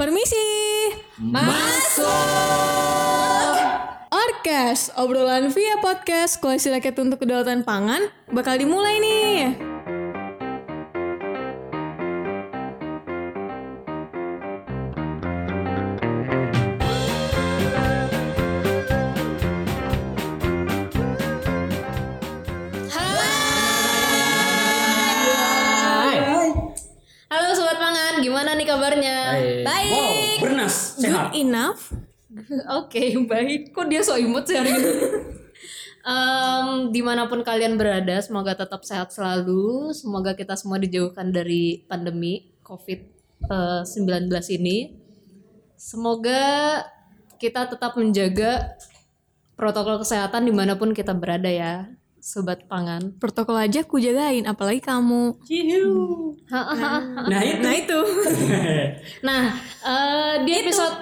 Permisi. Masuk. Orkes, obrolan via podcast Koalisi Rakyat untuk Kedaulatan Pangan bakal dimulai nih. Halo Sobat Pangan, gimana nih kabarnya? Baik. Wow, bernas, sehat. Good enough. Oke, baik. Kok dia so imut sih hari ini? Dimanapun kalian berada, semoga tetap sehat selalu. Semoga kita semua dijauhkan dari pandemi COVID-19 ini. Semoga kita tetap menjaga protokol kesehatan dimanapun kita berada ya, Sobat Pangan. Protokol aja ku jagain, apalagi kamu. Nah itu. Nah, di episode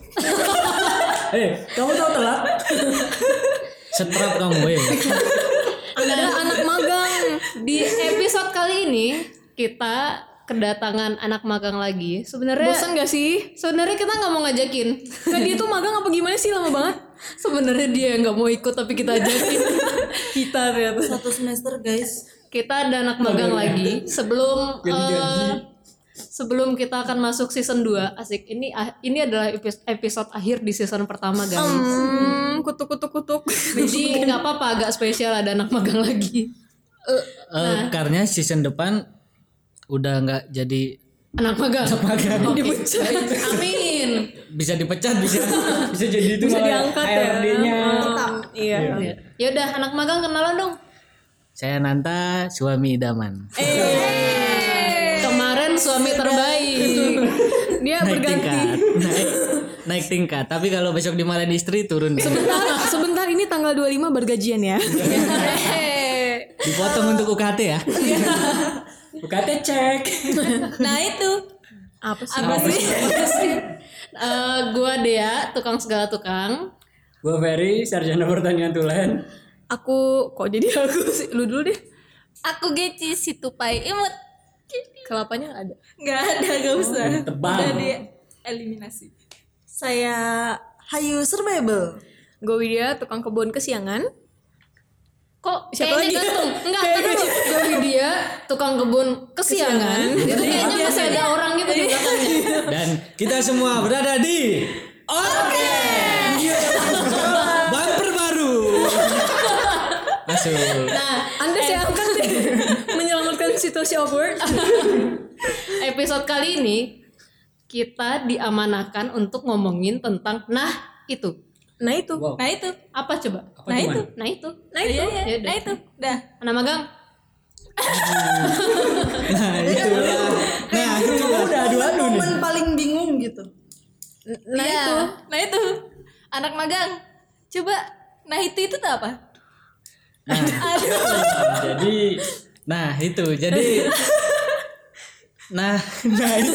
Kamu tahu telat? Setrap kamu ada anak magang. Di episode kali ini kita kedatangan anak magang lagi. Sebenarnya bosan gak sih? Sebenarnya kita nggak mau ngajakin. Nah, dia tuh magang apa gimana sih, lama banget? Sebenarnya dia nggak mau ikut tapi kita ajakin. Kita ternyata 1 semester guys. kita ada anak magang lagi. Sebelum kita akan masuk season 2. Asik, ini adalah episode akhir di season pertama guys. Kutuk. Jadi nggak apa-apa, agak spesial ada anak magang lagi. Karena season depan udah nggak jadi Anak magang. Dipecat. Amin. bisa dipecat bisa Bisa jadi itu Bisa malah diangkat ARD-nya. Iya. Ya udah, anak magang kenalan dong. saya Nanta, suami idaman. Kemarin suami terbaik. Dia berganti. naik tingkat tapi kalau besok dimarahin istri turun deh. Sebentar ini tanggal 25 bergajian ya. Dipotong untuk UKT ya. UKT cek. Nah itu Apa sih? Gua Dea, tukang segala tukang. Gue Ferry, sarjana pertanian tulen. Aku kok jadi aku sih? Lu dulu deh. aku Geci si tupai imut. Kelapanya nggak ada. Nggak ada, nggak usah. Tebal. Udah dieliminasi. Saya Hayu Survival. Gue Widya, tukang kebun kesiangan. Kok Siapa kayaknya lagi? gantung? Enggak, gue Widya, tukang kebun kesiangan. Itu kayaknya masih ada orang gitu di belakangnya. Dan kita semua berada di bumper baru. Masuk. Nah, Anda saya angkat deh. Menyelamatkan situasi awkward. Episode kali ini kita diamanahkan untuk ngomongin tentang itu. Wow. Nah itu. Apa coba? Apa cuman? Nah itu. Iya. Yaudah. Nah itu. Dah. Anak magang. Nah itulah. Nah itu Udah adu-adu nih. Momen paling bingung gitu. Nah Iya. itu. Nah itu. Anak magang. Coba. Nah itu tuh apa? Jadi Nah itu jadi itu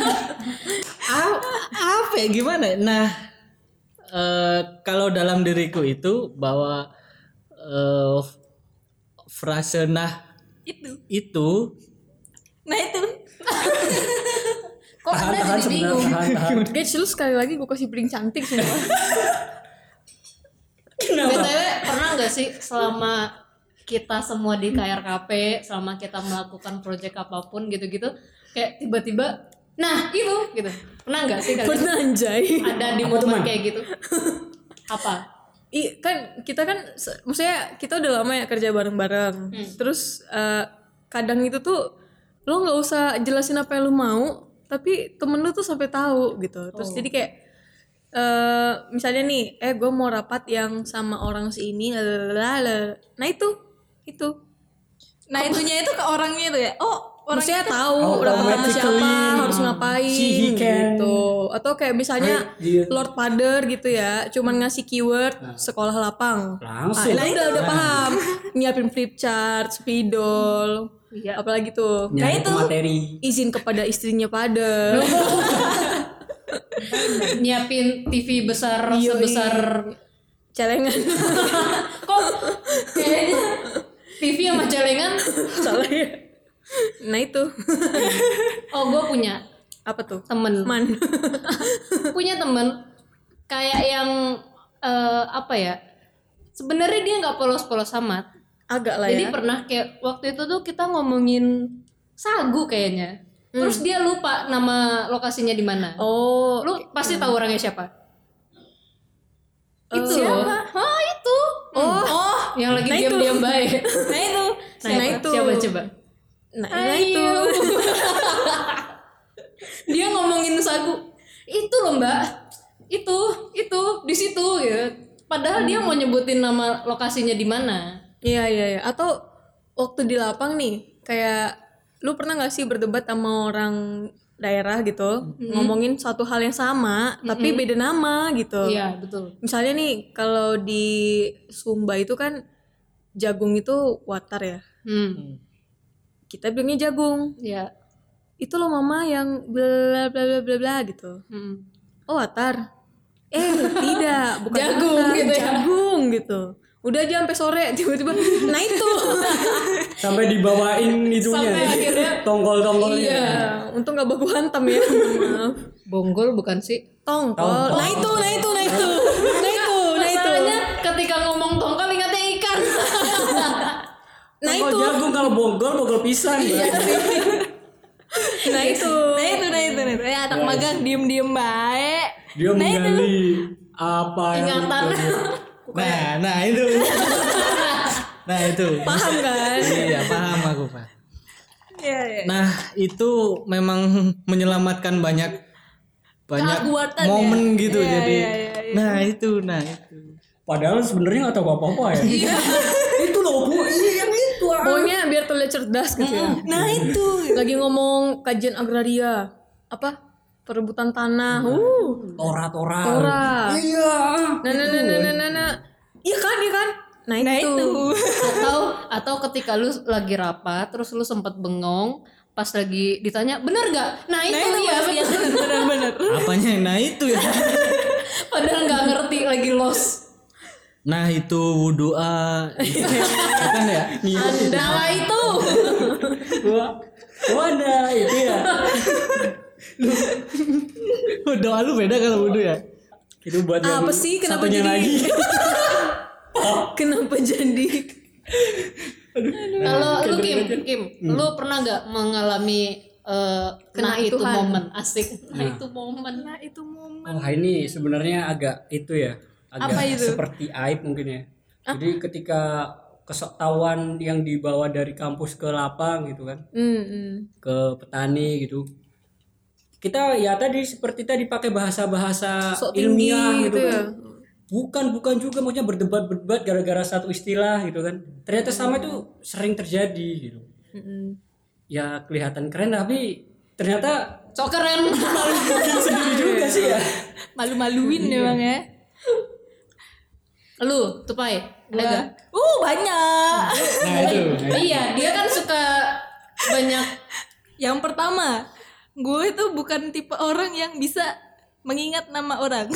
apa ya, gimana? Nah kalau dalam diriku itu bahwa frase itu Nah itu. Kok Anda tahan jadi bingung? tahan. Guys, lu sekali lagi gue kasih piring cantik semua. BTW, pernah gak sih selama kita semua di KRKP, selama kita melakukan proyek apapun gitu-gitu, kayak tiba-tiba gitu. Pernah gak sih kalian? Pernah anjay. Ada di Apa momen tuh, Man? kayak gitu? Apa? Kan kita kan maksudnya kita udah lama ya kerja bareng-bareng. Terus kadang itu tuh lo nggak usah jelasin apa yang lo mau, tapi temen lo tuh sampai tahu gitu. Terus jadi kayak misalnya nih, gue mau rapat yang sama orang sini, nah itu. Nah itunya itu ke orangnya itu ya. Maksudnya tahu rapat sama siapa, harus ngapain gitu. Atau kayak misalnya Lord Pader gitu ya, cuman ngasih keyword sekolah lapang. Langsung. Nah udah paham. Nyiapin flip chart, spidol, apalagi tuh. Nyari itu materi. Izin kepada istrinya Pader. Nyiapin TV besar sebesar celengan. Kok kayaknya TV sama celengan Salah ya. Nah itu. Oh, gue punya. Apa tuh? temen Man. punya temen kayak yang apa ya, sebenarnya dia nggak polos-polos amat. Agak lah Jadi ya. pernah kayak waktu itu tuh kita ngomongin sagu kayaknya. Terus dia lupa nama lokasinya di mana. Oh, Lu pasti tahu orangnya siapa? Itu. siapa? Oh, itu. Oh, Yang lagi nah itu. diam-diam baik. nah itu. Nah itu. Siapa coba? Nah itu. Dia ngomongin sagu. Itu loh, Mbak. Itu di situ ya. Padahal dia mau nyebutin nama lokasinya di mana. Iya. Atau waktu di lapang nih, kayak lu pernah nggak sih berdebat sama orang daerah gitu, ngomongin suatu hal yang sama, tapi beda nama gitu. Iya, betul. Misalnya nih, kalau di Sumba itu kan jagung itu watar ya. Kita bilangnya jagung. Iya. Itu loh mama yang bla bla bla bla bla gitu. Oh watar. Tidak, bukan Jagung watar, gitu ya. jagung gitu. Udah aja sampai sore tiba-tiba. Nah itu. Sampai dibawain itunya. Sampai akhirnya Tongkol-tongkolnya. Iya. Untung gak baku hantam ya. Maaf. Bonggol bukan sih? Tongkol. Nah itu. Masalahnya ketika ngomong tongkol ingatnya ikan. Nah Tongkol itu. jagung, kalau bonggol pisang. Nah itu. Ya anak magang diem baik. Dia menggali apa yang Ingatan. Nah itu. Nah itu. Paham kan? Iya, paham aku, Pak. Iya. Nah, itu memang menyelamatkan banyak Keaguatan momen ya? gitu. Iya, Jadi iya. nah itu. Padahal sebenarnya nggak tahu apa-apa ya. Itu loh Bu, yang itu. Pokoknya biar terlihat cerdas gitu ya. Nah itu. Lagi ngomong kajian agraria. Apa? Perebutan tanah. Tora. Iya. Nah. Iya kan? Nah itu. Atau ketika lu lagi rapat terus lu sempat bengong pas lagi ditanya bener gak? Nah itu ya Bener-bener. Apanya yang nah itu ya? padahal nggak ngerti lagi lost. Nah itu wudu'a. Kan ya? Nah itu Ada itu ya. Doa lu beda kalau wudu ya? Itu buat yang Apa sih? Kenapa satunya jadi? lagi. Kenapa jadi? kalau lu Kim, lu pernah nggak mengalami nah itu Tuhan. momen asik? Nah itu momen. Wah ini sebenarnya agak itu ya, agak Apa itu? seperti aib mungkin ya. Jadi ketika kesetahuan yang dibawa dari kampus ke lapang gitu kan, ke petani gitu, kita ya tadi seperti tadi pakai bahasa-bahasa Sok ilmiah tinggi gitu gitu kan. ya. Bukan juga maksudnya berdebat gara-gara satu istilah gitu kan. Ternyata sama itu sering terjadi gitu. Ya kelihatan keren tapi ternyata Sok keren. sendiri juga sih ya. Malu-maluin memang ya. Lu Tupai ada gak? Banyak. Nah itu. Iya, dia kan suka banyak. Yang pertama, gue tuh bukan tipe orang yang bisa mengingat nama orang.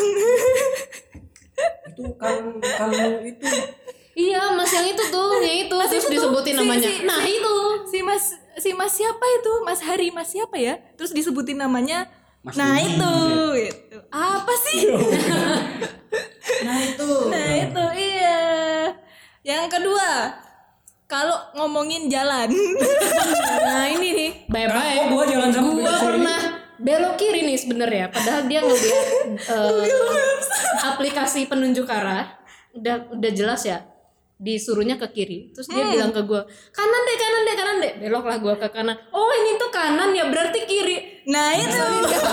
Itu kamu itu Iya, Mas yang itu tuh, terus itu disebutin tuh, namanya. si- Nah, itu. si mas siapa itu? Mas Hari, Mas siapa ya? Terus disebutin namanya. Mas Nah Dudi, itu, gitu. Apa sih? nah itu. Nah itu iya. Yang kedua, kalau ngomongin jalan. Nah ini nih. Bye-bye. Kok gua jalan sama Gua pernah belok kiri nih sebenarnya, padahal dia ngeliat aplikasi penunjuk arah udah jelas ya, disuruhnya ke kiri. Terus dia bilang ke gua, kanan deh. Beloklah gua ke kanan. Oh ini tuh kanan ya, berarti kiri. Nah itu.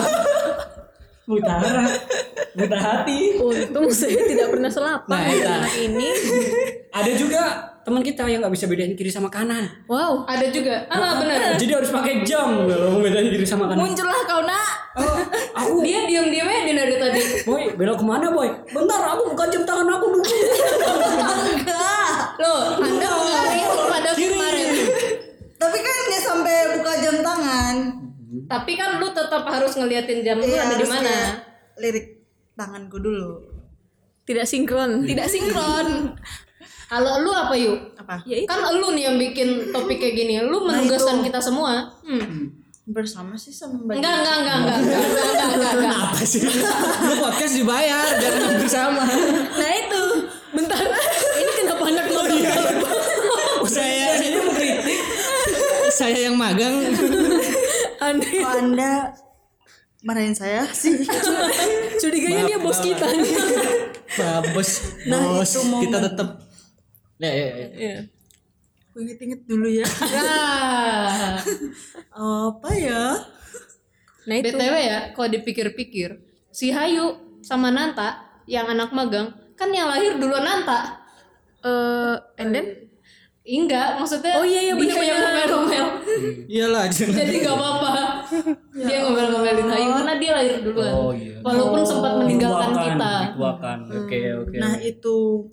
buta hati. Untung saya tidak pernah selapang Nah, dengan itu. anak ini. Ada juga teman kita yang nggak bisa bedain kiri sama kanan. Wow. Ada juga. Benar. Jadi harus pakai jam kalau mau bedain kiri sama kanan. Muncullah kau nak. Aku Dia diam-diam aja dari tadi. boy belok kemana boy? Bentar aku buka jam tangan aku dulu. Loh, Anda mengalami itu pada kemarin. Tapi kan nggak sampai buka jam tangan. Tapi kan lu tetap harus ngeliatin jam lu Iya, ada di harus mana. kayak lirik tanganku dulu. Tidak sinkron. Tidak sinkron. Kalau lu apa yuk? Apa? Ya itu. Kan lu nih yang bikin topik kayak gini. Lu menugaskan kita semua. Bersama sih sama Mbak. Enggak. Apa sih? Lu podcast dibayar, jangan bersama. Nah itu. Bentar, ini kenapa anak magang? Saya yang magang. Aneh. Kok Anda marahin saya sih? Curiganya dia bos kita nih. Bos, Nah, bos itu momen. kita tetap. Ya. Iya. Aku inget-inget dulu ya. Nah, Apa ya? Nah itu. BTW ya, kalau dipikir-pikir, si Hayu sama Nanta yang anak magang kan yang lahir duluan Nanta. And then Enggak, maksudnya Oh, iya, dia bener-bener. yang ngomel-ngomel. Iyalah jangan. Jadi nggak apa-apa. Dia ngomel-ngomelin Hayu karena dia lahir duluan. Oh, iya. Walaupun sempat meninggalkan kita. Dituakan. Oke. Nah itu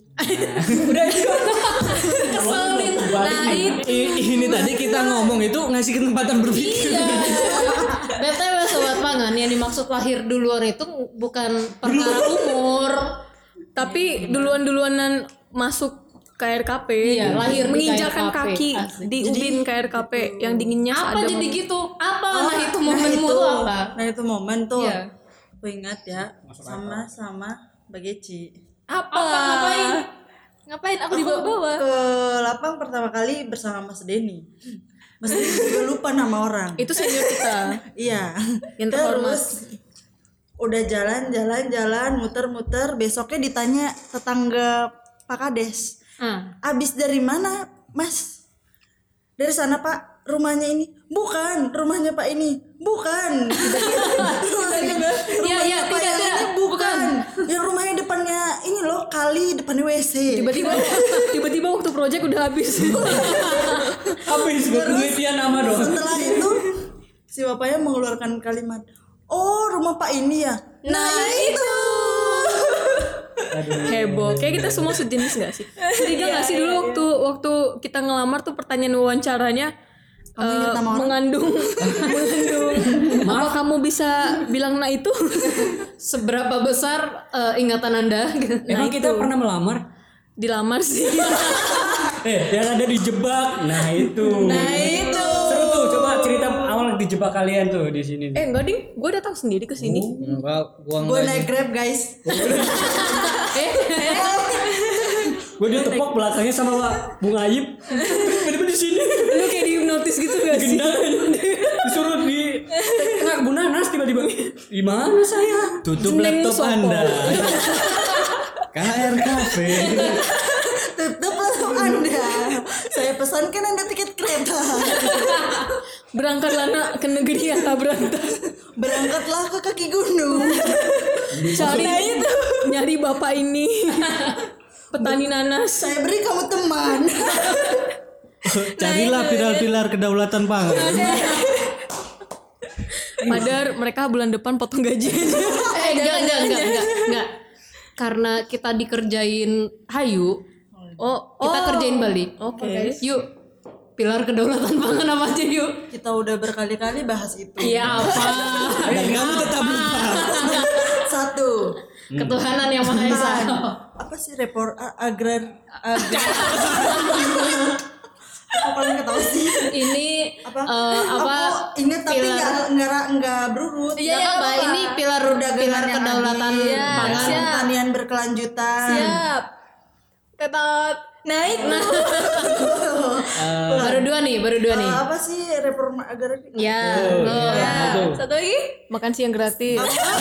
Keselin. Nah itu. Ini tadi kita ngomong itu ngasih kesempatan berpikir. Iya. BTW sobat pangan, yang dimaksud lahir duluan itu bukan perkara umur. tapi duluan-duluanan masuk KRKP, Iya, lahir di menginjakan KRKP. kaki Asik. di ubin KRKP yang dinginnya Apa seadem. jadi gitu? Apa? Nah itu nah momenmu itu, tuh apa? nah itu momen tuh. Iya. Aku ingat ya sama Mbak Geci. Apa? Ngapain? Ngapain aku dibawa-bawa? Ke lapang pertama kali bersama Mas Denny. Mas Denny juga lupa nama orang. Itu senior kita. Iya. Yang terhormat. Terus udah jalan muter-muter, besoknya ditanya tetangga Pak Kades. Abis dari mana, Mas? Dari sana, Pak. Rumahnya ini. Bukan, rumahnya Pak ini. Bukan. Iya, Pak yang tidak. ini bukan. Yang rumahnya depannya ini loh, kali depannya WC. Tiba-tiba waktu project udah habis. Habis buat penelitian nama dong. Setelah itu si bapaknya mengeluarkan kalimat, "Oh, rumah Pak ini ya." Nah, itu. Heboh. Kayak kita semua sejenis gak sih? Curiga gak sih dulu waktu kita ngelamar tuh pertanyaan wawancaranya Kamu ingat nama orang? mengandung. Apa kamu bisa bilang nah itu? Seberapa besar ingatan Anda? Emang kita pernah melamar? Dilamar sih. Yang ada dijebak. Nah itu. Seru tuh. Coba cerita awal dijebak kalian tuh di sini. Enggak ding, gue datang sendiri ke sini. Enggak, gua Gue enggak. naik Grab, guys. Gue ditepok belakangnya sama Bung Ayib. Tiba-tiba di sini. Lu kayak dihipnotis gitu gak sih? Disuruh di tengah kebun nanas tiba-tiba. Di mana saya? Tutup Seneng laptop sopo. Anda. KR Cafe. Tutup laptop Anda. Saya pesankan Anda tiket kereta. Berangkatlah nak ke negeri yang tak berantah. Berangkatlah ke kaki gunung. Nyari bapak ini. Petani nanas. Saya beri kamu teman. Carilah pilar-pilar kedaulatan pangan. Padahal mereka bulan depan potong gaji. Enggak. Karena kita dikerjain Hayu, kita kerjain balik. Oke. Yuk, pilar kedaulatan pangan apa aja yuk? Kita udah berkali-kali bahas itu. Iya apa? Dan kamu tetap lupa. Satu. Ketuhanan yang Maha Esa. Apa sih agrar. Aku paling nggak tahu sih. Ini Apa? apa? Aku ingat tapi nggak berurut. Iya apa? Ini pilar kedaulatan pangan. Pertanian berkelanjutan. Siap. Tetot. Nah itu. Baru dua nih. Apa sih reforma agraria? Ya. Satu lagi. Makan siang gratis.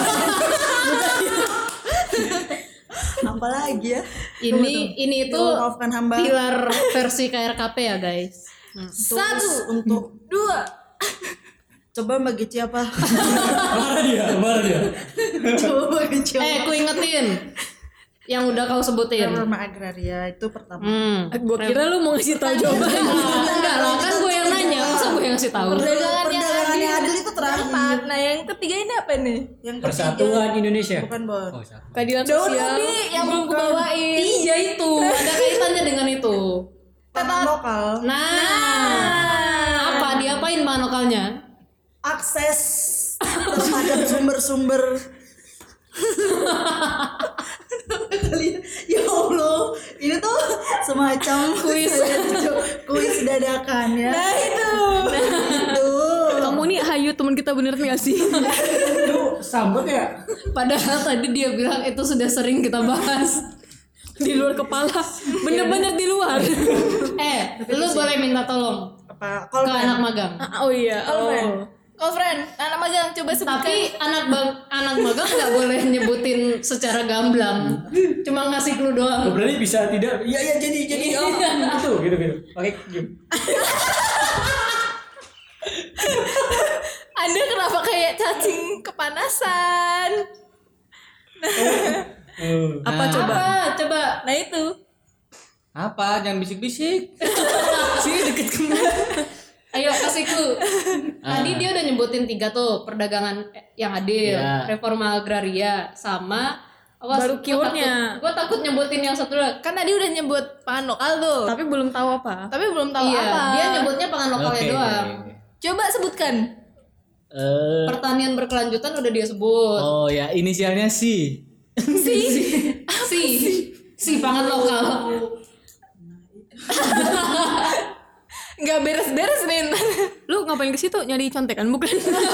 Apa lagi ya? Ini itu Maafkan hamba. pilar versi KRKP ya guys. Terus untuk Dua. coba Mbak Gici apa? Marah dia. Coba Mbak Gici. Ku ingetin yang udah kau sebutin. Reforma agraria itu pertama. Gue kira lu mau ngasih tahu jawaban. Enggak lah, kan gue yang nanya, masa gue yang ngasih tahu. Perdagangan yang adil itu terakhir. Nah yang ketiga ini apa nih? Yang Persatuan Indonesia. bukan Bon. Oh, satu. Keadilan sosial. Yang mau gue bawain. Iya itu, ada kaitannya dengan itu. Pangan lokal. Nah, apa diapain bahan lokalnya? Akses terhadap sumber-sumber. Ya Allah, ini tuh semacam kuis dadakan ya. Nah itu. Kamu nih Hayu Ayu teman kita bener nggak sih? Lu sambut ya? Padahal tadi dia bilang itu sudah sering kita bahas. Di luar kepala, bener-bener di luar. Lu boleh minta tolong Apa ke anak magang. Oh iya. Oh friend, anak magang coba sebutkan. Tapi anak magang nggak boleh nyebutin secara gamblang. Cuma ngasih clue doang. Berarti bisa tidak? Iya jadi gitu. Oke, game. Anda kenapa kayak cacing kepanasan? Apa coba? Coba. Nah itu. Apa? Jangan bisik-bisik. Sini deket kemana? Ayo kasih clue. Tadi dia udah nyebutin 3 tuh, perdagangan yang adil, Iya. reforma agraria, sama Baru keywordnya. Gue takut nyebutin yang satu lagi. Kan tadi udah nyebut pangan lokal tuh. Tapi belum tahu apa. Tapi belum tahu Iya, apa. dia nyebutnya pangan lokalnya doang. Coba sebutkan. Pertanian berkelanjutan udah dia sebut. Oh ya, inisialnya si. Si pangan lokal. Nggak beres-beres nih. Lu ngapain ke situ? Nyari contekan bukan?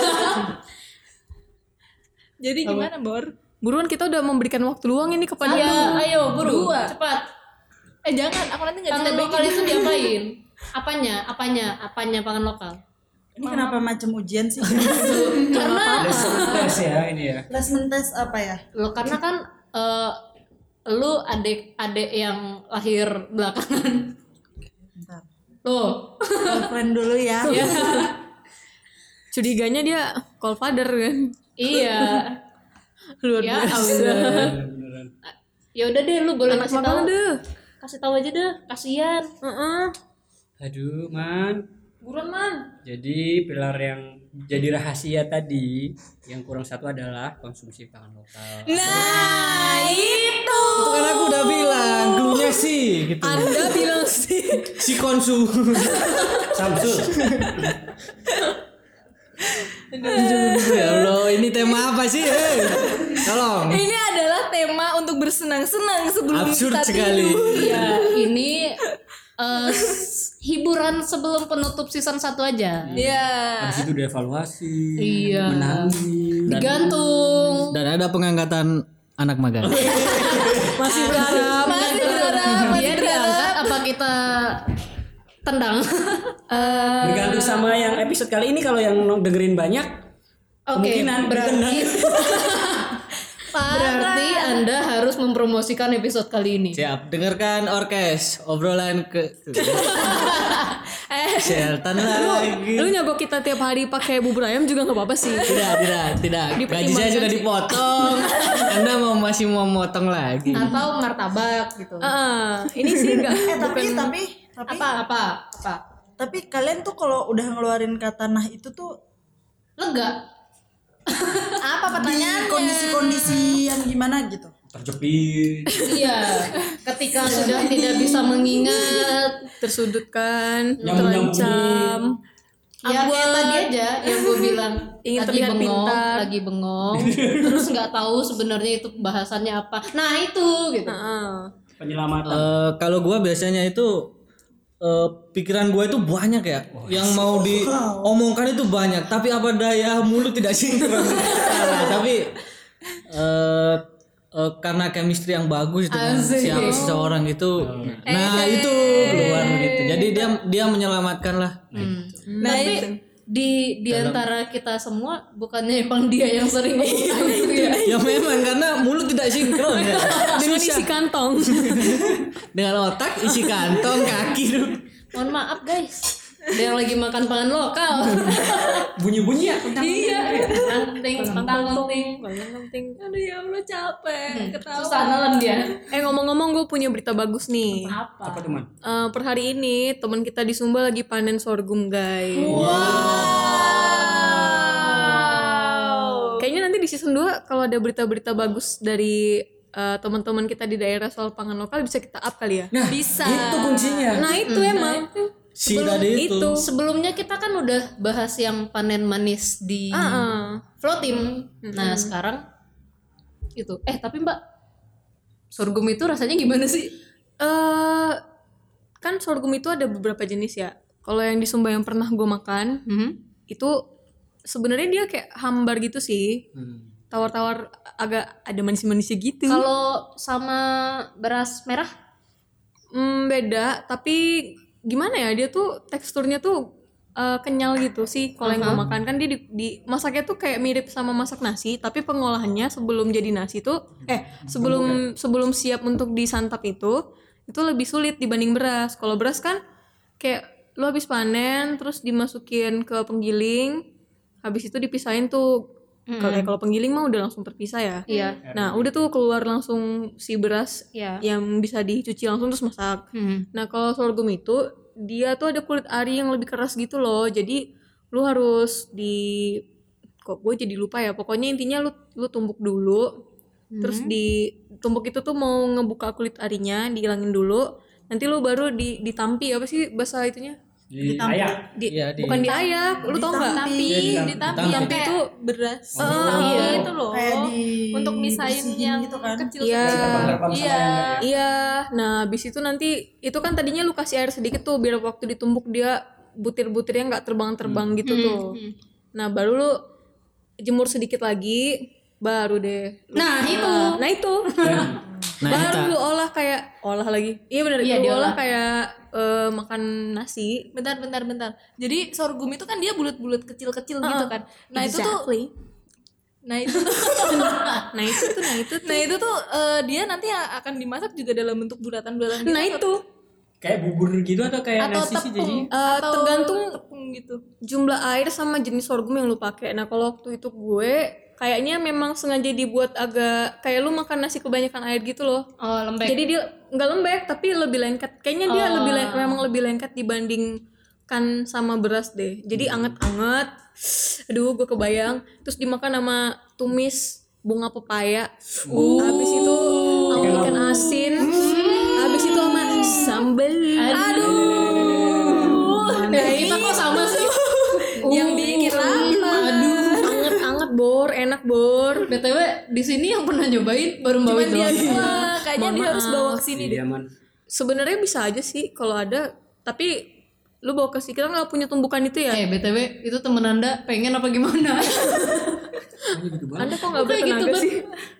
Jadi gimana Bor? Buruan, kita udah memberikan waktu luang ini kepada Iya, lu. ayo buru, Dua. cepat. Jangan, aku nanti nggak Pangan bisa lokal itu diapain? Apanya pangan lokal? Ini kenapa macam ujian sih? Karena Tes ya ini ya. Placement test apa ya? lo karena kan lu adik yang lahir belakangan. Bentar. Tuh. Girlfriend dulu ya. Curiganya dia call father kan. Iya. Luar Ya biasa. Allah. Beneran. Ya udah deh, lu boleh Anak kasih magang tahu. deh. Kasih tahu aja deh, kasihan. Aduh, Man. Buruan, Man. Jadi pilar yang jadi rahasia tadi yang kurang satu adalah konsumsi pangan lokal. Nah itu. Itu kan aku udah bilang, cluenya sih gitu. Anda bilang sih. Si konsum. Samsul. Ya Allah, ini tema apa sih? Tolong. Ini adalah tema untuk bersenang-senang sebelum Absurd kita sekali. tidur. Iya, ini hiburan sebelum penutup season 1 aja. Iya. Habis itu dievaluasi. Iya. Menangis. Digantung. Dan ada pengangkatan anak magang. Masih berharap. Masih berharap. Dia diangkat apa kita tendang? Bergantung sama yang episode kali ini, kalau yang dengerin banyak Oke, kemungkinan berarti Anda harus mempromosikan episode kali ini. Siap, dengarkan orkes obrolan ke Seltan lagi. Lu nyogok kita tiap hari pakai bubur ayam juga nggak apa-apa sih. Tidak. Gaji saya sudah dipotong. Anda masih mau motong lagi. Atau martabak gitu. Ini sih enggak. Tapi Apa? tapi kalian tuh kalau udah ngeluarin kata nah itu tuh Lega. Apa pertanyaannya? kondisi-kondisi yang gimana gitu. terjepit. Iya. Ketika sudah tidak bisa mengingat. Tersudutkan, Nyambung-nyambung. terancam. Ya kayak tadi aja yang gue bilang Ingin lagi terlihat bengong, pintar. lagi bengong, terus nggak tahu sebenarnya itu bahasannya apa. Nah itu gitu. Penyelamatan. Kalau gua biasanya itu pikiran gua itu banyak ya, yang mau diomongkan itu banyak, tapi apa daya mulut tidak sinkron. Salah, tapi karena chemistry yang bagus dengan siapa seseorang itu, nah itu keluar gitu. Jadi dia menyelamatkan lah. Nah di antara kita semua bukannya emang dia yang sering ngomong gitu ya. Ya memang karena mulut tidak sinkron ya. Dengan isi kantong. Dengan otak isi kantong kaki tuh. Mohon maaf guys. Dia yang lagi makan pangan lokal. Bunyi-bunyi ya. Iya. Tang-ting. Aduh ya Allah capek. Ketawa. Susah nelen dia. Ngomong-ngomong gue punya berita bagus nih. Apa teman? Per hari ini teman kita di Sumba lagi panen sorghum guys. Kayaknya nanti di season 2 kalau ada berita-berita bagus dari teman-teman kita di daerah soal pangan lokal bisa kita up kali ya. Nah, Bisa. itu kuncinya. Nah itu emang Si tadi itu. Sebelumnya kita kan udah bahas yang panen manis di Flotim. Nah sekarang itu. Tapi Mbak, sorghum itu rasanya gimana sih? Kan sorghum itu ada beberapa jenis ya. Kalau yang di Sumba yang pernah gue makan itu sebenarnya dia kayak hambar gitu sih. Tawar-tawar agak ada manis-manisnya gitu. Kalau sama beras merah? Beda, tapi gimana ya, dia tuh teksturnya tuh kenyal gitu sih. Kalau yang gue makan kan dia masaknya tuh kayak mirip sama masak nasi, tapi pengolahannya sebelum jadi nasi tuh sebelum siap untuk disantap itu lebih sulit dibanding beras. Kalau beras kan kayak lu habis panen terus dimasukin ke penggiling, habis itu dipisahin tuh. Kalau penggiling mah udah langsung terpisah ya. Iya. Nah udah tuh keluar langsung si beras yang bisa dicuci langsung terus masak. Nah kalau sorghum itu dia tuh ada kulit ari yang lebih keras gitu loh. Jadi lu harus kok gue jadi lupa ya. Pokoknya intinya lu tumbuk dulu. Terus ditumbuk itu tuh mau ngebuka kulit arinya, dihilangin dulu. Nanti lu baru ditampi, apa sih bahasa itunya? Ayak. Bukan diayak, lu tau nggak? Ditampi itu beras. Ditampi. Itu loh. Kayak Untuk misahin dibersihin yang gitu kan. kecil-kecil. Iya. Nah habis itu nanti itu kan tadinya lu kasih air sedikit tuh biar waktu ditumbuk dia butir-butirnya nggak terbang-terbang gitu tuh. Nah baru lu jemur sedikit lagi, baru deh. Nah, itu. Baru lu olah lagi. Iya benar. Iya, Lu diolah. olah kayak makan nasi. Bentar. Jadi sorghum itu kan dia bulat-bulat kecil-kecil gitu kan. Nah itu tuh dia nanti akan dimasak juga dalam bentuk bulatan-bulatan gitu. Nah itu Kayak bubur gitu atau kayak atau nasi sih jadi? atau tergantung tepung gitu. jumlah air sama jenis sorghum yang lu pakai. Nah kalau waktu itu gue kayaknya memang sengaja dibuat agak kayak lu makan nasi kebanyakan air gitu loh. Oh, lembek. Jadi dia nggak lembek tapi lebih lengket. Kayaknya dia memang lebih lengket dibandingkan sama beras deh. Jadi anget-anget. Aduh, gue kebayang. Terus dimakan sama tumis bunga pepaya. Habis itu sama ikan asin. Habis itu sama sambal. Aduh. Kita kok sama sih? Yang bikin lapar. Anget-anget bor, enak bor. BTW di sini yang pernah nyobain baru bawa Dia doang. kayaknya dia harus bawa ke sini deh. Aman. Sebenarnya bisa aja sih kalau ada, tapi lu bawa ke sini, kita nggak punya tumbukan itu ya. BTW itu temen Anda pengen apa gimana? Anda kok nggak Kayak bertenaga gitu, sih?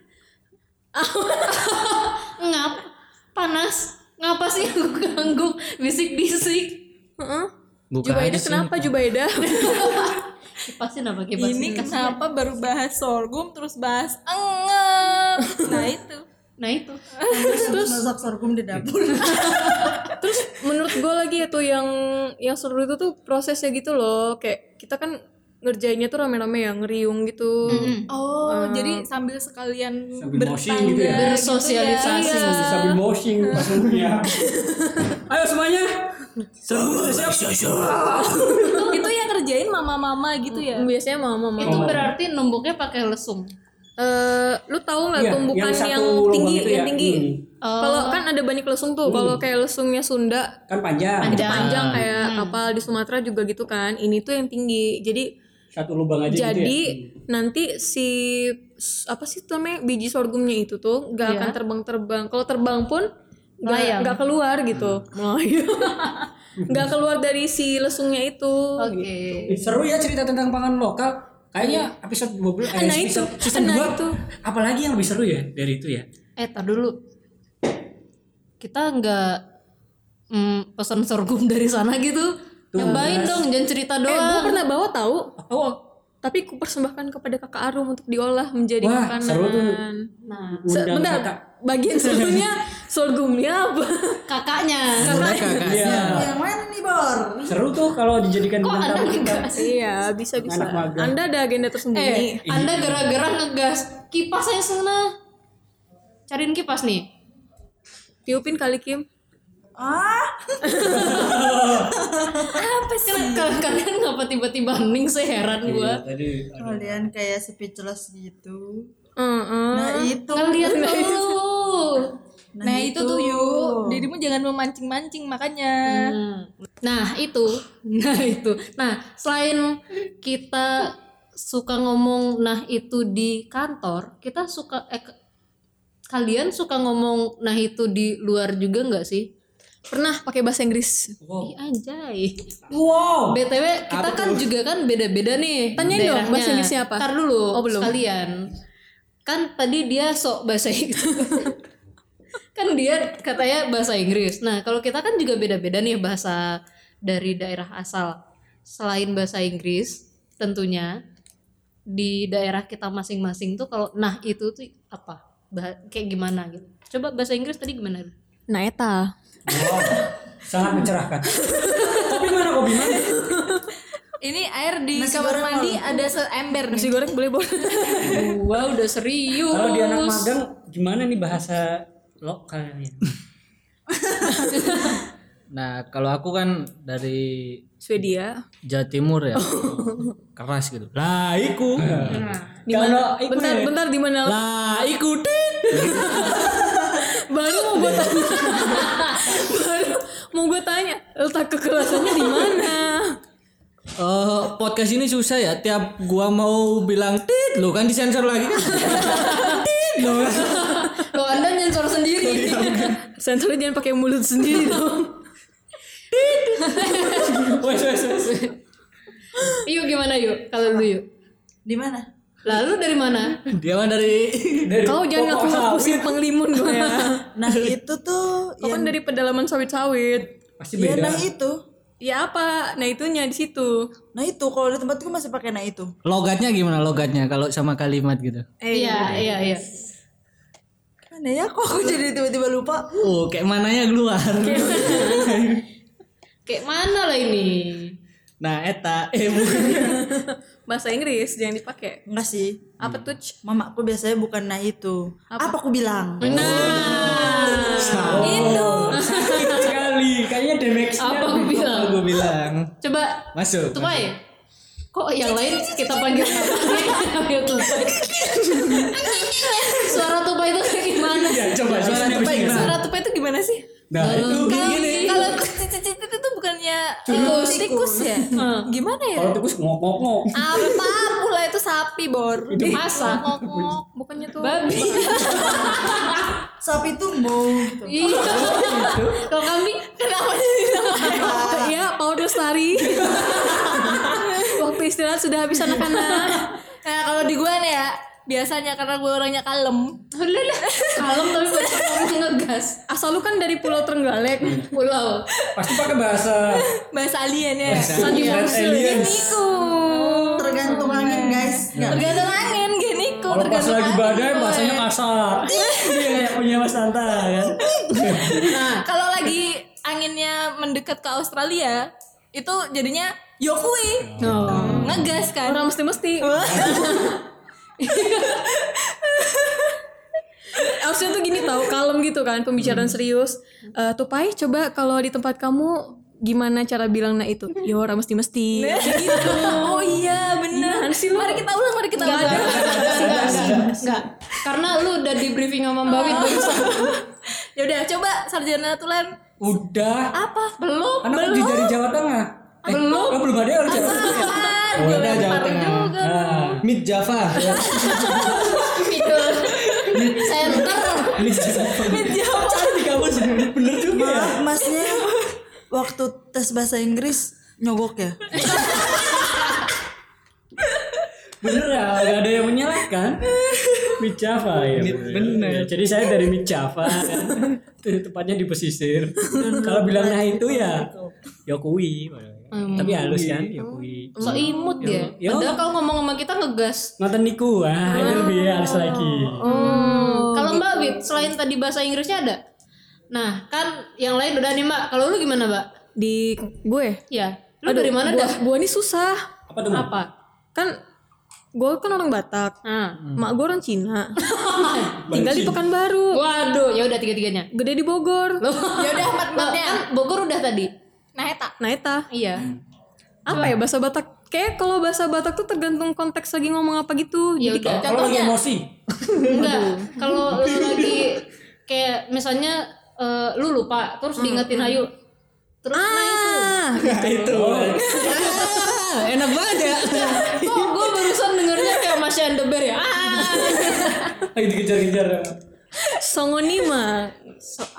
Ngap, panas. Ngapa sih aku ganggu bisik-bisik? Buka Jubaida aja sih. kenapa Jubaida? Kipasin apa kipasin? Ini kenapa baru bahas sorghum terus bahas enggak? Nah itu. Terus masak sorghum di dapur. Terus menurut gue lagi ya tuh yang seru itu tuh prosesnya gitu loh, kayak kita kan ngerjainnya tuh rame-rame ya, ngeriung gitu. Oh, jadi sambil sekalian Sambil moshing gitu ya? Bersosialisasi. Sambil moshing maksudnya. Ayo semuanya. Itu yang ngerjain mama-mama gitu ya. Biasanya mama. Itu berarti numbuknya pakai lesung. Lu tahu nggak Iya, tumbukan yang satu yang lubang tinggi, itu yang ya, tinggi? ini. Kalau kan ada banyak lesung tuh. Kalau kayak lesungnya Sunda Kan panjang. itu panjang kayak kapal di Sumatera juga gitu kan. Ini tuh yang tinggi. Jadi Satu lubang aja gitu ya. Jadi nanti apa sih tuh namanya, biji sorghumnya itu tuh nggak akan terbang-terbang. Kalau terbang pun nggak keluar gitu. Melayang. Nggak keluar dari si lesungnya itu. Oke. Seru ya cerita tentang pangan lokal. Kayaknya episode 12 season 2 apalagi yang lebih seru ya dari itu ya. Tar dulu. Kita nggak pesan sorghum dari sana gitu. Nyobain dong, jangan cerita Gue doang. pernah bawa tahu, Oh, tapi ku persembahkan kepada kakak Arum untuk diolah menjadi wah, makanan. seru tuh. Nah, Undang Bentar, kakak. bagian serunya sorghumnya apa? kakaknya. Iya. Yang mana nih Bor? Seru tuh kalau dijadikan bintang tamu kita. Iya, bisa. Anak magang. Anda ada agenda tersembunyi. Anda gara-gara ngegas kipas aja sana. Cariin kipas nih. Tiupin kali Kim. Apa sih? Kalian ngapa tiba-tiba hening sih, heran gua. Tadi Kalian kayak speechless gitu. Heeh. Nah itu. Lihat dulu. Nah, itu tuh yuk. Dirimu jangan memancing-mancing makanya. Nah itu. Nah selain kita suka ngomong nah itu di kantor, kita suka kalian suka ngomong nah itu di luar juga nggak sih? pernah pakai bahasa Inggris. Ih, anjay. Wow. BTW kita kan juga kan beda-beda nih. Tanyain dong, daerahnya. bahasa Inggrisnya apa? Ntar dulu Oh, belum. sekalian. Kan tadi dia sok bahasa Inggris. Kan dia katanya bahasa Inggris. Nah, kalau kita kan juga beda-beda nih bahasa dari daerah asal. Selain bahasa Inggris, tentunya di daerah kita masing-masing tuh kalau nah itu tuh apa? Kayak gimana gitu. Coba bahasa Inggris tadi gimana? Nah eta. Wow. Sangat mencerahkan. Tapi mana kopi mana? Ini air di Nasi kamar goreng mandi malam. ada seember nih. Nasi goreng boleh. Wah, udah serius. Kalau di anak magang gimana nih bahasa lokalnya? Nah, kalau aku kan dari Swedia. Jawa Timur ya. Keras gitu. Lah, iku. Kalau Bentar di mana? Lah, iku. Baru mau gue tanya letak kekerasannya di mana? Podcast ini susah ya. Tiap gua mau bilang tit lo kan disensor lagi kan. Tit lo. Kalau Anda nyensor sendiri. Sensornya jangan pakai mulut sendiri dong. wes. Yuk gimana yuk? Kalau lu yuk. Di mana? Lalu dari mana? Dia mah dari Kau jangan ngaku-ngakuin penglimun gue ya. Nah itu tuh Kau kan dari pedalaman sawit-sawit. Pasti ya beda. nah itu. Ya apa? Nah itunya di situ. Nah itu kalau di tempatku masih pakai nah itu. logatnya gimana logatnya kalau sama kalimat gitu. Iya. Mana ya kok aku jadi tiba-tiba lupa. Oh, kayak mananya keluar. Kayak mana lah ini? Nah, eta bukan. Bahasa Inggris jangan dipakai. Enggak sih. Apa tuh? Mamaku biasanya bukan nah itu. Apa aku bilang? Itu. Sakit sekali. Kayaknya damage-nya. Apa aku bilang? Aku bilang. Coba Masuk. Tupai. Kok yang lain kita panggil panggil Tupai? Suara Tupai itu kayak gimana? Ya, coba Suara Tupai gimana? Suara tupai itu gimana sih? Nah, itu Kalau cicit itu bukannya tikus ya? Gimana ya? kalau tikus ngok-ngok. Apa pula itu sapi bor? Itu masa? Ngok-ngok. Bukannya tuh Babi. Sapi tuh mau gitu. Iya. Kalau kambing kenapa jadi Ya, Paul Lestari. Waktu istirahat sudah habis anak-anak. Nah kalau di gue nih ya biasanya karena gue orangnya kalem. kalem tapi kamu ngegas. Asal lu kan dari Pulau Trenggalek. Pulau. Pasti pakai bahasa Bahasa alien ya. aliens. Geniku. Tergantung angin guys. Nggak. Tergantung angin geniku. Kalau pas Tergantung lagi angin. badai bahasanya kasar. Dia kayak punya Mas Tanta kan. Nah kalau lagi anginnya mendekat ke Australia itu jadinya yokui. Ngegas kan. Orang mesti-mesti. Harusnya tuh gini tahu kalem gitu kan pembicaraan serius. Tupai coba kalau di tempat kamu gimana cara bilang nah itu? Ya orang mesti-mesti. Kayak gitu. Oh iya benar. Mari kita ulang, mari kita ulang. Enggak. Karena lu udah di briefing sama Mbak Wit barusan. Ya udah coba sarjana tulen. Udah. Apa? Belum. Anak uji dari Jawa Tengah. Belum. Oh, belum ada yang Jawa Tengah. Oh, ada Jawa Tengah. Nah, Mid Java. Center. cari di kampus bener juga ya. Masnya waktu tes bahasa Inggris nyogok ya? Bener ya, gak ada yang menyalahkan. Mid Java ya. Bener. Jadi saya dari Mid Java kan. Tepatnya di pesisir. Kalau bilang nah itu ya Yokui. Tapi halus kan Yokui. So imut dia. Yo. Padahal kalau ngomong sama kita ngegas. Ngoten niku. Ah, itu lebih halus lagi. Kalau Mbak Wit selain tadi bahasa Inggrisnya ada? Nah, kan yang lain udah nih Mbak. Kalau lu gimana, Mbak? Di gue. Ya. Lu dari mana dah? Gua ini susah. Apa tuh? Mak? Apa? Kan gue kan orang Batak. Nah. Mak gue orang Cina. Tinggal di Pekanbaru. Waduh, ya udah tiga-tiganya. Gede di Bogor. Ya udah empat-empatnya. Kan Bogor udah tadi. Nah eta. Nah eta. Iya. Apa ya bahasa Batak? Kayak kalau bahasa Batak tuh tergantung konteks lagi ngomong apa gitu. Ya Jadi udah. kayak Kalau lagi emosi. Enggak. Kalau lu lagi kayak misalnya lu lupa terus diingetin ayo. Terus nah itu. Enak banget ya. Kok gue barusan dengernya kayak Masya and the Bear ya? Lagi dikejar-kejar. songonima.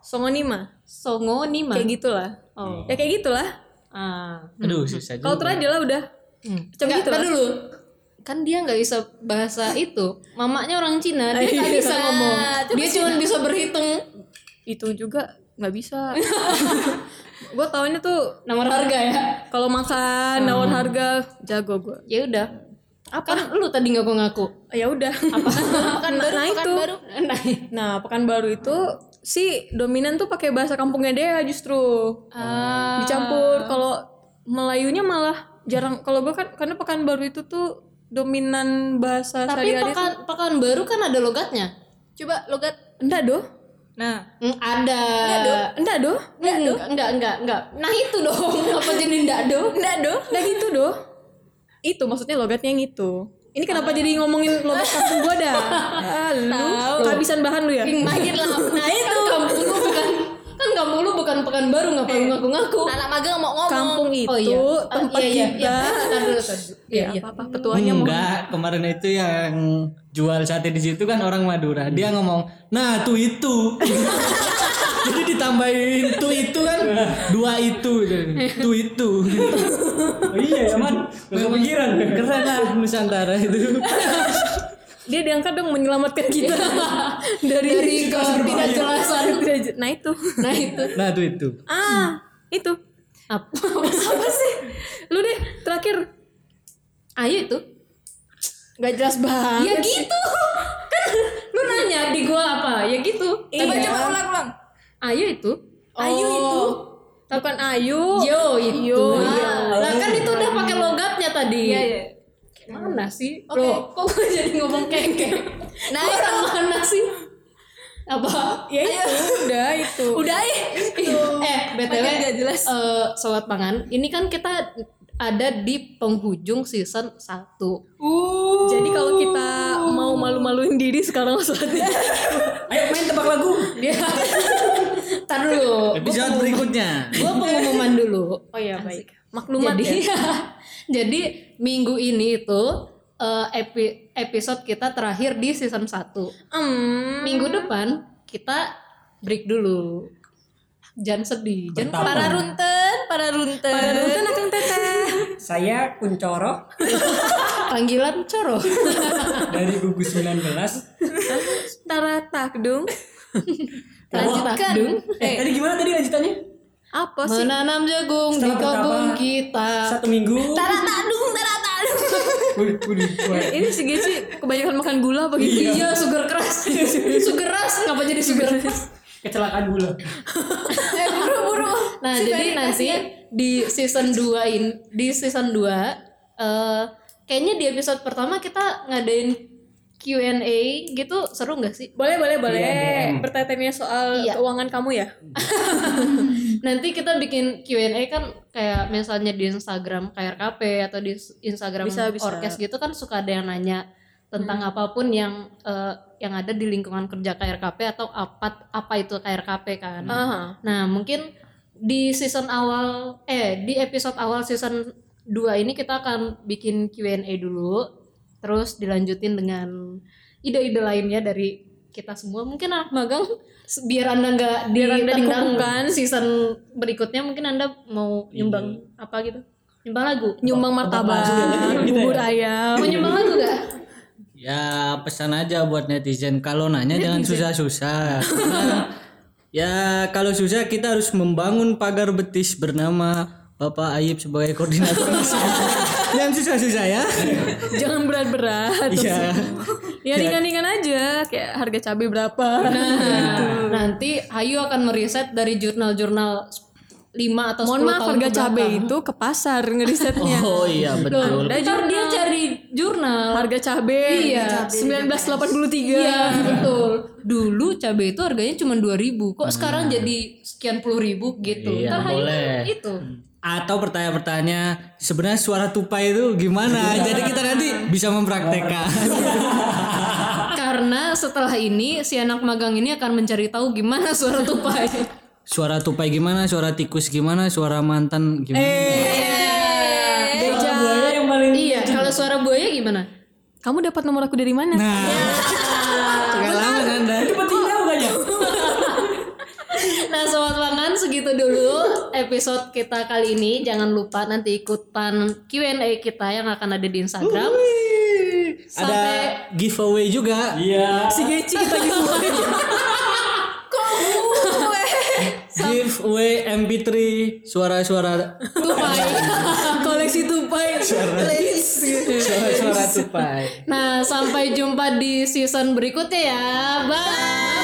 Songonima. kayak gitulah. Oh. Ya kayak gitulah. Aduh susah juga. Kalau Toraja lah udah. Coba gitu lah. dulu. Kan dia nggak bisa bahasa itu. Mamanya orang Cina, dia nggak bisa ngomong. Dia cuma bisa berhitung Itu juga nggak bisa. Gue taunya tuh nomor harga ya. kalau makan nawar harga jago gue. Ya udah. Kan lu tadi nggak ngaku. Ya udah. Nah itu. Nah Pekanbaru itu si dominan tuh pakai bahasa kampungnya dia justru. Dicampur. Kalau Melayunya malah jarang. Kalau gue kan karena Pekanbaru itu tuh dominan bahasa Tapi sehari-hari. Pekanbaru kan ada logatnya. Coba logat. Enggak doh. Nah, Ada. Enggak doh. Enggak. Nah itu dong. Apa jadi enggak dong? Enggak doh. Enggak gitu doh. Itu maksudnya logatnya yang itu. Ini kenapa jadi ngomongin logat kampung gua dah? Lu kehabisan bahan lu ya? Makin lah. Nah itu kampung lu bukan Pekanbaru, ngapa lu ngaku-ngaku? anak magang mau ngomong. Kampung itu Oh, iya. tempat Iya. kita. Iya. Apa petuanya mau. Enggak, kemarin itu yang jual sate di situ kan orang Madura. Dia ngomong, "Nah, tuh itu." Jadi ditambahin tuh itu kan 2 itu. Tuh itu. Oh iya ya man, kepikiran. Keren lah Nusantara itu. Dia diangkat dong menyelamatkan kita dari ketidakjelasan. Nah itu. Nah, tuh itu. Itu. Apa sih? Lu deh terakhir. Ayo itu. Gak jelas banget. Ya gitu. Kan lu nanya di gua apa? Ya gitu. Coba ulang. Ayo itu. Ayu itu. Bukan Ayu. Yo itu. Yo. Lah kan itu udah pakai logatnya tadi. Iya. Mana sih? Loh, kok gue jadi ngomong kengkeng? Nah, orang mana sih? Apa? Ya itu. Udah itu. BTW Makin gak jelas. Sobat Pangan, ini kan kita ada di penghujung season 1. Jadi kalau kita mau malu-maluin diri sekarang saatnya. Ayo main tebak lagu. Tar dulu. Episode berikutnya. Gue pengumuman dulu. Oh iya baik. Maklumat Jadi, ya. jadi minggu ini itu episode kita terakhir di season 1. Minggu depan kita break dulu. Jangan sedih. Jangan Para runten. Padahal akan teteh. Saya Kuncoro panggilan Coro. dari gugus 19. Taratakdung. Lanjutkan. Tadi gimana tadi lanjutannya? Apa sih? Menanam jagung di Setelah kebun berapa? kita. 1 minggu. Taratadung. Ini si Geci kebanyakan makan gula apa gitu? Iya, sugar keras. Sugar ras, ngapa jadi sugar keras? Kecelakaan gula. Buru-buru. Nah, jadi nanti di season 2 kayaknya di episode pertama kita ngadain Q&A gitu, seru nggak sih? Boleh. DM. Bertanya soal Iya. keuangan kamu ya? Nanti kita bikin Q&A kan kayak misalnya di Instagram KRKP atau di Instagram Bisa. Orkes gitu kan suka ada yang nanya tentang apapun yang ada di lingkungan kerja KRKP atau apa itu KRKP kan. Nah, mungkin di di episode awal season 2 ini kita akan bikin Q&A dulu. Terus dilanjutin dengan ide-ide lainnya dari kita semua. Mungkin anak magang biar Anda nggak ditendang season berikutnya, mungkin Anda mau nyumbang apa gitu? Nyumbang lagu? Nyumbang martabak, bubur ayam. Mau nyumbang lagu gak? Ya pesan aja buat netizen, kalau nanya jangan susah-susah. Karena, ya kalau susah kita harus membangun pagar betis bernama Bapak Ayib sebagai koordinator. Jangan susah-susah ya. Jangan berat-berat. Iya. Ya ringan-ringan aja, kayak harga cabai berapa. Nah, nanti Ayu akan meriset dari jurnal-jurnal 5 atau 10 Mohon maaf, tahun harga kebelakang. cabai itu ke pasar ngerisetnya. Oh iya betul. Ntar dia cari jurnal. Harga cabai Iya, 1983. Iya, betul. Dulu cabai itu harganya cuma 2.000. Kok sekarang jadi sekian puluh ribu gitu. Iya, Ntar Ayu boleh. itu. Atau pertanyaan-pertanyaan sebenarnya suara tupai itu gimana? Jadi kita nanti bisa mempraktekkan. Karena setelah ini si anak magang ini akan mencari tahu gimana suara tupai. Suara tupai gimana? Suara tikus gimana? Suara mantan gimana? Buaya yang paling Iya, kalau suara buaya gimana? Kamu dapat nomor aku dari mana? Nah, pengalaman Anda. itu penting tahu kan ya? episode kita kali ini. Jangan lupa nanti ikutan Q&A kita yang akan ada di Instagram. Ada giveaway juga. Iya. Si Geci kita giveaway. Giveaway MP3 suara-suara Koleksi tupai. suara-suara tupai. Nah, sampai jumpa di season berikutnya ya. Bye.